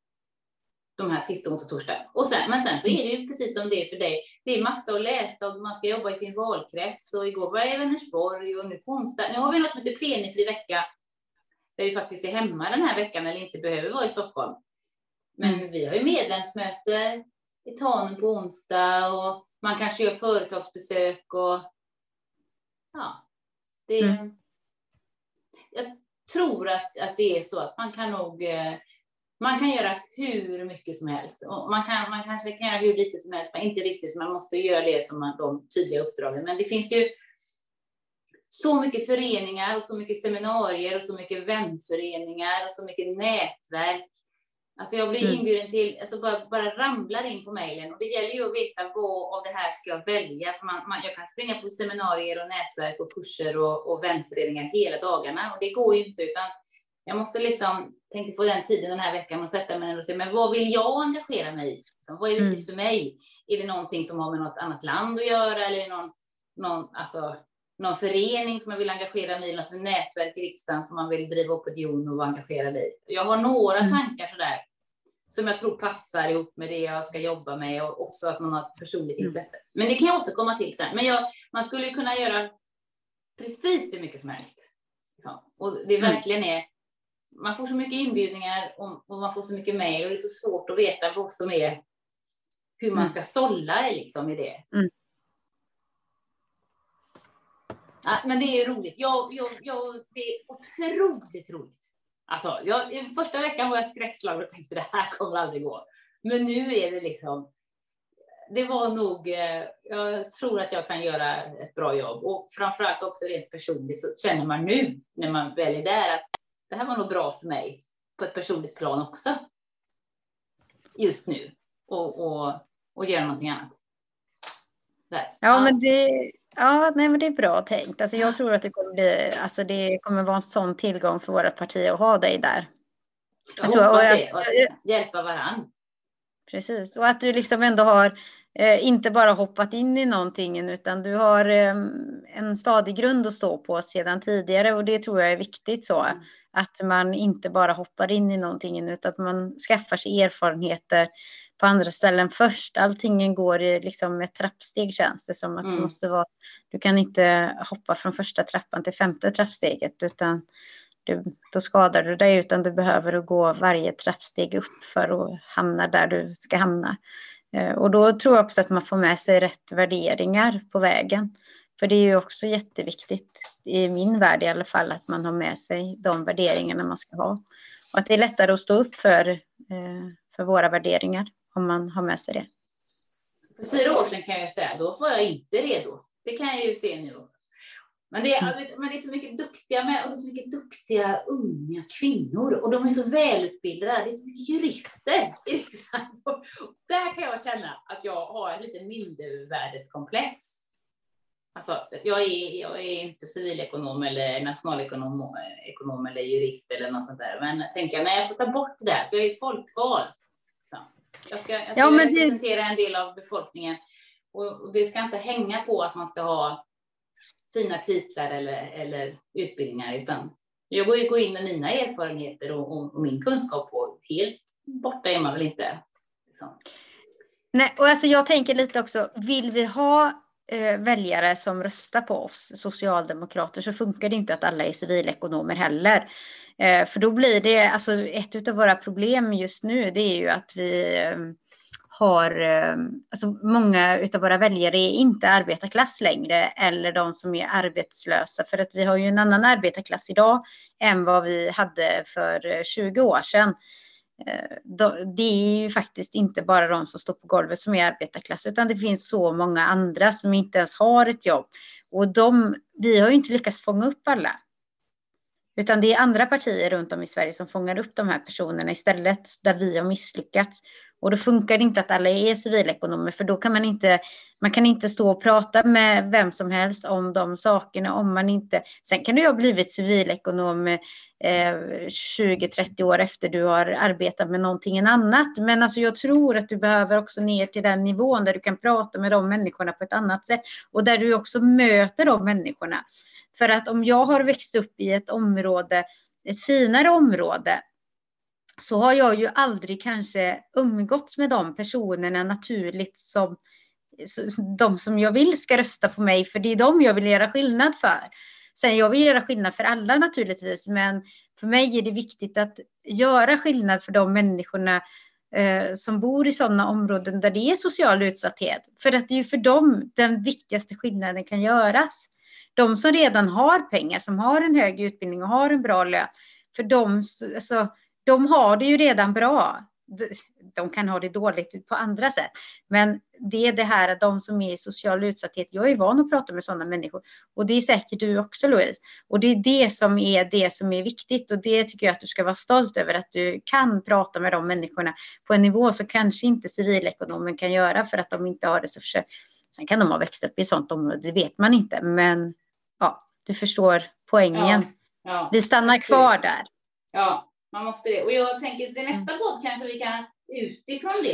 de här tisdag, onsdag, torsdag. Och sen, men sen så är det ju precis som det är för dig. Det är massa att läsa och man ska jobba i sin valkrets. Och igår var jag i Vänersborg och nu på onsdag. Nu har vi något som heter plenifri vecka, där vi faktiskt är hemma den här veckan eller inte behöver vara i Stockholm. Men mm. vi har ju medlemsmöte i Tanum på onsdag och man kanske gör företagsbesök och ja, det är, mm. jag tror att, att det är så att man kan nog, man kan göra hur mycket som helst och man, kan, man kanske kan göra hur lite som helst, men inte riktigt, så man måste göra det som man, de tydliga uppdragen. Men det finns ju så mycket föreningar och så mycket seminarier och så mycket vänföreningar och så mycket nätverk. Alltså jag blir inbjuden till, alltså bara, bara ramlar in på mejlen, och det gäller ju att veta vad av det här ska jag välja. För man, man, jag kan springa på seminarier och nätverk och kurser och, och vänföreningar hela dagarna, och det går ju inte, utan jag måste liksom, tänkte få den tiden den här veckan och sätta mig ner och se, men vad vill jag engagera mig i? Vad är viktigt mm. för mig? är det någonting som har med något annat land att göra, eller någon, någon, alltså, någon förening som man vill engagera mig i, något nätverk i riksdagen som man vill driva opinion och vara engagerad i. Jag har några mm. tankar sådär som jag tror passar ihop med det jag ska jobba med, och också att man har ett personligt intresse. Mm. Men det kan jag återkomma till sen. Men jag, man skulle ju kunna göra precis hur mycket som helst. Ja. Och det verkligen är, man får så mycket inbjudningar och, och man får så mycket mejl, och det är så svårt att veta vad som är, hur man ska sålla liksom i det. Mm. Ja, men det är ju roligt. Jag, jag, jag, det är otroligt roligt. Alltså, jag, första veckan var jag skräckslagen och tänkte det här kommer aldrig gå. Men nu är det liksom, det var nog, jag tror att jag kan göra ett bra jobb. Och framförallt också rent personligt så känner man nu när man väljer där att det här var nog bra för mig på ett personligt plan också. Just nu. Och, och, och göra någonting annat. Där. Ja, ja, men det... Ja, nej, men det är bra tänkt. Alltså, jag tror att det kommer bli, alltså, det kommer vara en sån tillgång för våra partier att ha dig där. Jag, jag tror, hoppas det, och att hjälpa varann. Precis, och att du liksom ändå har eh, inte bara hoppat in i någonting, utan du har eh, en stadig grund att stå på sedan tidigare, och det tror jag är viktigt så. Mm. Att man inte bara hoppar in i någonting, utan att man skaffar sig erfarenheter på andra ställen först. Allting går i liksom ett trappsteg, känns det som att mm. det måste vara. Du kan inte hoppa från första trappan till femte trappsteget, utan du, då skadar du dig, utan du behöver gå varje trappsteg upp för att hamna där du ska hamna. Och då tror jag också att man får med sig rätt värderingar på vägen. För det är ju också jätteviktigt, i min värld i alla fall, att man har med sig de värderingarna man ska ha. Och att det är lättare att stå upp för, för våra värderingar om man har med sig det. För fyra år sedan kan jag säga, då var jag inte redo. Det kan jag ju se nu också. Men det är, mm. men det är så mycket duktiga med, och det är så mycket duktiga unga kvinnor. Och de är så välutbildade. Det är så mycket jurister. Och där kan jag känna att jag har ett lite mindervärdeskomplex. Alltså, jag är, jag är inte civilekonom eller nationalekonom ekonom eller jurist eller något sånt där. Men jag tänker, nej, jag får ta bort det där, för jag är folkvald. Jag ska, jag ska ja, men representera det... en del av befolkningen. Och, och det ska inte hänga på att man ska ha fina titlar eller, eller utbildningar. Utan jag går ju gå in med mina erfarenheter och, och, och min kunskap. Och helt borta är man väl inte. Liksom. Nej, och alltså jag tänker lite också. Vill vi ha eh, väljare som röstar på oss socialdemokrater, så funkar det inte att alla är civilekonomer heller. Eh, för då blir det, alltså ett av våra problem just nu, det är ju att vi eh, har, eh, alltså många utav våra väljare är inte arbetarklass längre, eller de som är arbetslösa, för att vi har ju en annan arbetarklass idag än vad vi hade för tjugo år sedan. Eh, då, det är ju faktiskt inte bara de som står på golvet som är arbetarklass, utan det finns så många andra som inte ens har ett jobb, och de, vi har ju inte lyckats fånga upp alla. Utan det är andra partier runt om i Sverige som fångar upp de här personerna istället, där vi har misslyckats. Och då funkar det inte att alla är civilekonomer, för då kan man inte, man kan inte stå och prata med vem som helst om de sakerna om man inte. Sen kan du ha blivit civilekonom eh, tjugo trettio år efter du har arbetat med någonting annat. Men alltså jag tror att du behöver också ner till den nivån där du kan prata med de människorna på ett annat sätt. Och där du också möter de människorna. För att om jag har växt upp i ett område, ett finare område, så har jag ju aldrig kanske umgåtts med de personerna naturligt som de som jag vill ska rösta på mig, för det är de jag vill göra skillnad för. Sen jag vill göra skillnad för alla naturligtvis, men för mig är det viktigt att göra skillnad för de människorna eh, som bor i sådana områden där det är social utsatthet. För att det är ju för dem den viktigaste skillnaden kan göras. De som redan har pengar, som har en hög utbildning och har en bra lön, för dem, alltså, de har det ju redan bra. De, de kan ha det dåligt på andra sätt. Men det är det här att de som är i social utsatthet, jag är van att prata med sådana människor. Och det är säkert du också, Louise. Och det är det som är det som är viktigt. Och det tycker jag att du ska vara stolt över, att du kan prata med de människorna på en nivå som kanske inte civilekonomen kan göra, för att de inte har resurser. Sen kan de ha växt upp i sånt område, det vet man inte. Men ja, du förstår poängen. Ja, ja. Vi stannar kvar där. Ja, man måste det. Och jag tänker, det nästa podd kanske vi kan utifrån det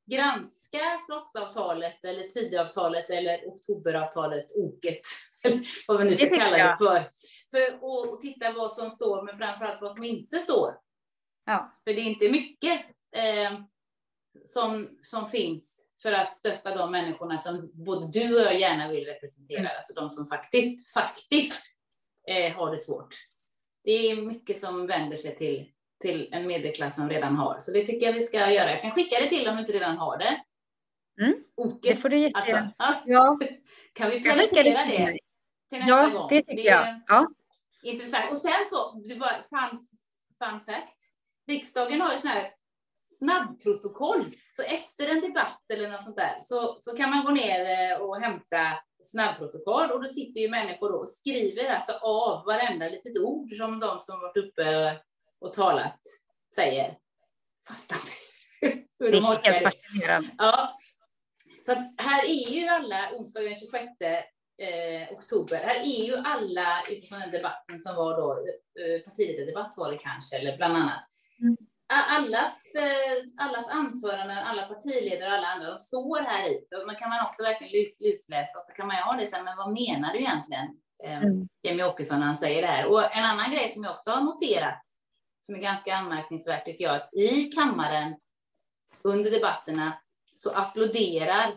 granska slottsavtalet eller Tidöavtalet eller oktoberavtalet, oket, eller vad vi nu ska kalla det för. För att och titta vad som står, men framförallt vad som inte står. Ja. För det är inte mycket eh, som, som finns för att stötta de människorna som både du och jag gärna vill representera. Mm. Alltså de som faktiskt, faktiskt eh, har det svårt. Det är mycket som vänder sig till, till en medelklass som redan har. Så det tycker jag vi ska göra. Jag kan skicka det till om du inte redan har det. Mm. Oket, det får du jättegärna. Alltså, ja. Kan vi penetrera det, det till nästa ja, gång? Ja, det tycker det jag. Ja. Intressant. Och sen så, det var fun, fun fact. Riksdagen har ju sån här snabbprotokoll. Så efter en debatt eller något sånt där så, så kan man gå ner och hämta snabbprotokoll. Och då sitter ju människor och skriver alltså av varenda litet ord som de som varit uppe och talat säger. Fattar inte. Det är helt fascinerande. Ja. Så att här är ju alla onsdagen den tjugosjätte eh, oktober. Här är ju alla utifrån den debatten som var då eh, partiledardebatt var det kanske, eller bland annat. Mm. Allas, eh, allas anföranden, alla partiledare och alla andra, de står här i. Och man kan man också verkligen lusläsa och så kan man ju ha det sen, men vad menar du egentligen? Eh, mm. Jimmie Åkesson, han säger det här. Och en annan grej som jag också har noterat, som är ganska anmärkningsvärt tycker jag, att i kammaren under debatterna så applåderar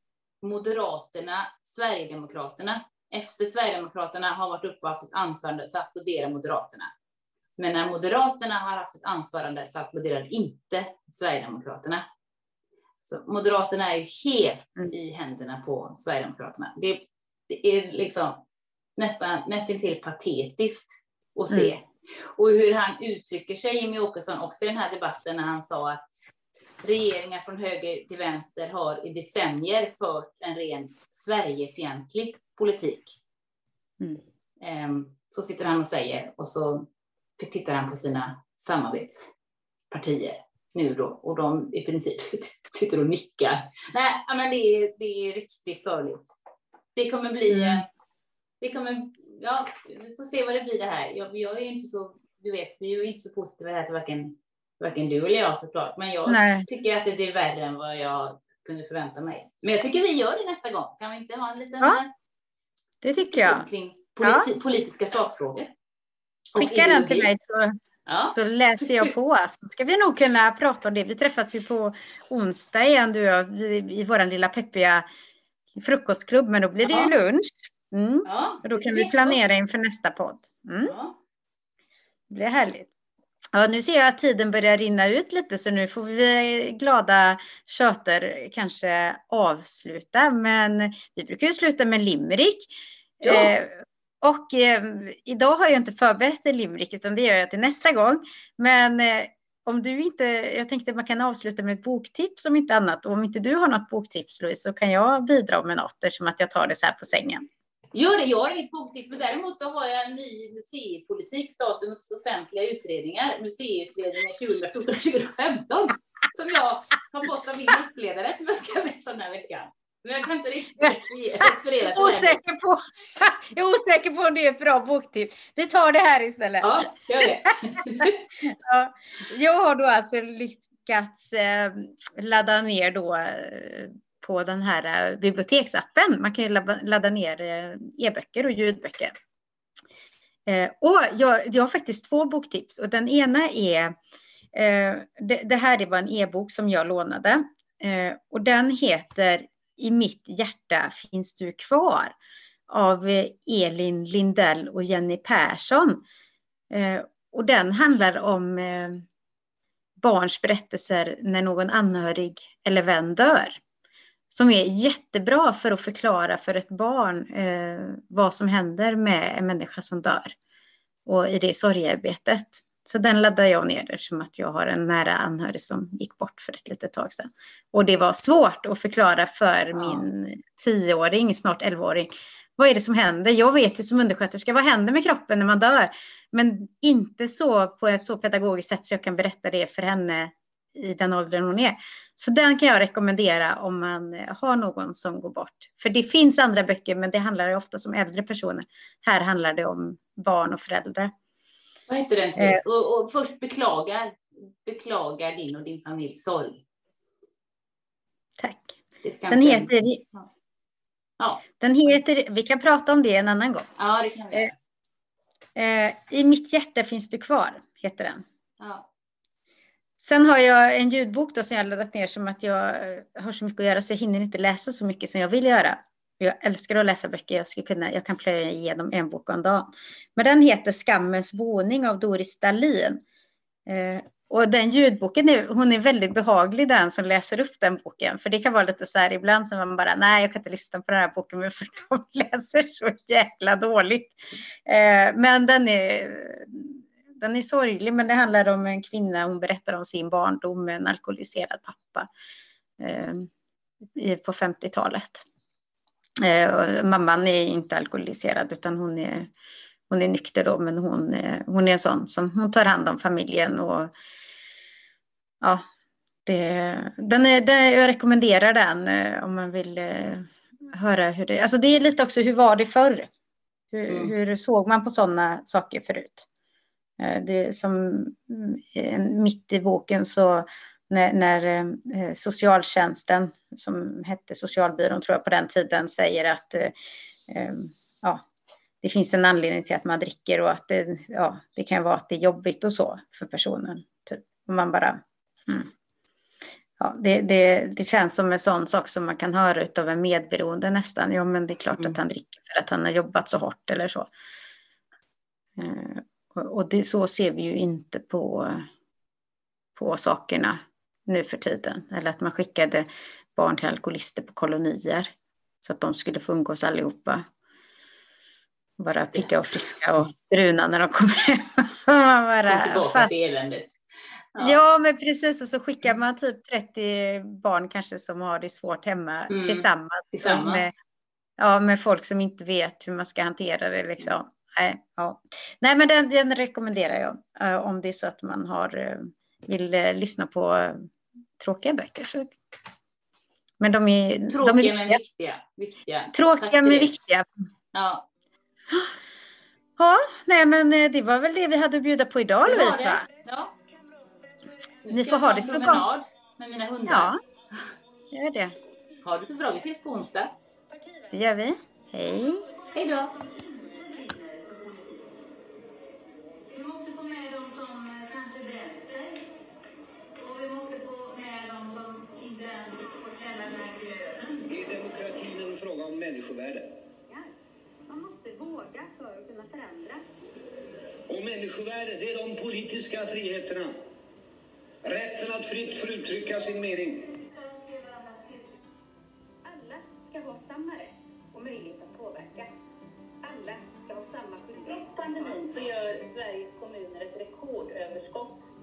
Moderaterna Sverigedemokraterna. Efter Sverigedemokraterna har varit uppe och haft ett anförande så applåderar Moderaterna. Men när Moderaterna har haft ett anförande så applåderar inte Sverigedemokraterna. Så Moderaterna är ju helt i händerna på Sverigedemokraterna. Det, det är liksom nästan, nästan till patetiskt att se. Mm. Och hur han uttrycker sig, Jimmie Åkesson, också i den här debatten när han sa att regeringar från höger till vänster har i decennier fört en ren Sverigefientlig politik. Mm. Så sitter han och säger, och så tittar han på sina samarbetspartier nu då, och de i princip sitter och nickar. Nej, men det är, det är riktigt sorgligt. Det kommer bli, mm. det kommer, ja, vi får se vad det blir det här. Jag, jag är inte så, du vet, vi är ju inte så positiva här till varken Varken du eller jag såklart. Men jag Nej. tycker att det är värre än vad jag kunde förvänta mig. Men jag tycker vi gör det nästa gång. Kan vi inte ha en liten... Ja, det tycker jag. Kring politi- ja. politiska sakfrågor. Skicka den till mig så, ja. så läser jag på. Så ska vi nog kunna prata om det. Vi träffas ju på onsdag igen du och jag, i vår lilla peppiga frukostklubb. Men då blir det ja. ju lunch. Mm. Ja, och då kan vi planera inför nästa podd. Mm. Ja. Det blir härligt. Ja, nu ser jag att tiden börjar rinna ut lite så nu får vi glada tjöter kanske avsluta. Men vi brukar ju sluta med limerick. Ja. Eh, och eh, idag har jag inte förberett en limerick utan det gör jag till nästa gång. Men eh, om du inte, jag tänkte man kan avsluta med ett boktips om inte annat. Och om inte du har något boktips Louise så kan jag bidra med något eftersom att jag tar det så här på sängen. Gör det, jag har inget boktips, men däremot så har jag en ny museipolitik, statens offentliga utredningar, museiutredningen tjugohundrafjorton till tjugofemton, som jag har fått av min uppledare som jag ska läsa den här veckan. Men jag kan inte riktigt referera till osäker på, jag är osäker på om det är ett bra boktips. Vi tar det här istället. Ja, gör det. Ja, jag har då alltså lyckats eh, ladda ner då eh, på den här biblioteksappen. Man kan ju ladda ner e-böcker och ljudböcker. Och jag, jag har faktiskt två boktips. Och den ena är, det, det här är bara en e-bok som jag lånade. Och den heter I mitt hjärta finns du kvar. Av Elin Lindell och Jenny Persson. Och den handlar om barns berättelser när någon anhörig eller vän dör. Som är jättebra för att förklara för ett barn eh, vad som händer med en människa som dör. Och i det sorgearbetet. Så den laddar jag ner eftersom att jag har en nära anhörig som gick bort för ett litet tag sedan. Och det var svårt att förklara för ja. min tioåring, snart elvaåring. Vad är det som händer? Jag vet ju som undersköterska, vad händer med kroppen när man dör? Men inte så på ett så pedagogiskt sätt så jag kan berätta det för henne i den åldern hon är. Så den kan jag rekommendera om man har någon som går bort. För det finns andra böcker men det handlar ju ofta om äldre personer. Här handlar det om barn och föräldrar. Vad heter den till? Eh. Och, och först beklagar, beklagar din och din familjs sorg. Det ska Den inte- heter, Ja. Ja. den heter, vi kan prata om det en annan gång. ja, det kan vi göra. Eh, I mitt hjärta finns du kvar, heter den. Ja. Sen har jag en ljudbok då som jag har laddat ner som att jag har så mycket att göra så jag hinner inte läsa så mycket som jag vill göra. Jag älskar att läsa böcker. Jag, skulle kunna, jag kan plöja igenom en bok om dagen. Men den heter Skammens boning av Doris Dahlin. Eh, och den ljudboken, är, hon är väldigt behaglig den som läser upp den boken. För det kan vara lite så här ibland som man bara, nej jag kan inte lyssna på den här boken för de läser så jäkla dåligt. Eh, men den är... Den är sorglig, men det handlar om en kvinna. Hon berättar om sin barndom med en alkoholiserad pappa eh, på femtiotalet. Eh, mamman är inte alkoholiserad utan hon är, hon är nykter då, men hon, är, hon är en sån som hon tar hand om familjen. Och, ja, det, den är, det, jag rekommenderar den eh, om man vill eh, höra hur det... Alltså det är lite också, hur var det förr? Hur, Mm. hur såg man på sådana saker förut? Det som mitt i boken så när, när eh, socialtjänsten som hette socialbyrån tror jag på den tiden säger att eh, ja, det finns en anledning till att man dricker och att det, ja, det kan vara att det är jobbigt och så för personen. Typ. Och man bara, mm. ja, det, det, det känns som en sån sak som man kan höra av en medberoende nästan. Ja, men det är klart mm. att han dricker för att han har jobbat så hårt eller så. Eh, Och det, så ser vi ju inte på, på sakerna nu för tiden. Eller att man skickade barn till alkoholister på kolonier. Så att de skulle få umgås allihopa. Bara picka och friska och bruna när de kom hem. Man bara, tillbaka fast, till eländet. Ja. ja, men precis. Och så skickar man typ trettio barn kanske som har det svårt hemma Mm. tillsammans. Tillsammans. Med, ja, med folk som inte vet hur man ska hantera det liksom. Nej, ja. Nej, men den, den rekommenderar jag uh, om det är så att man har, uh, vill uh, lyssna på uh, tråkiga böcker. Så. Men de är, tråkiga de är men viktiga. viktiga. Tråkiga men viktiga. Ja. Ja, nej men uh, det var väl det vi hade att bjuda på idag, Det var Lovisa. det. Ja. Nu Ni ska får jag ha ta det en så promenad gott. med mina hundar. Ja, gör det. Ha det så bra. Vi ses på onsdag. Det gör vi. Hej. Hej då. Vi måste få med dem som kanske bränt sig. Och vi måste få med dem som inte ens får känna den här glöden. Är demokratin en fråga om människovärde? Ja. Man måste våga för att kunna förändra. Och människovärde, det är de politiska friheterna. Rätten att fritt få uttrycka sin mening. Alla ska ha samma rätt och möjlighet att påverka. Alla ska ha samma skyldighet. Trots pandemin så gör Sveriges kommuner ett rekordöverskott.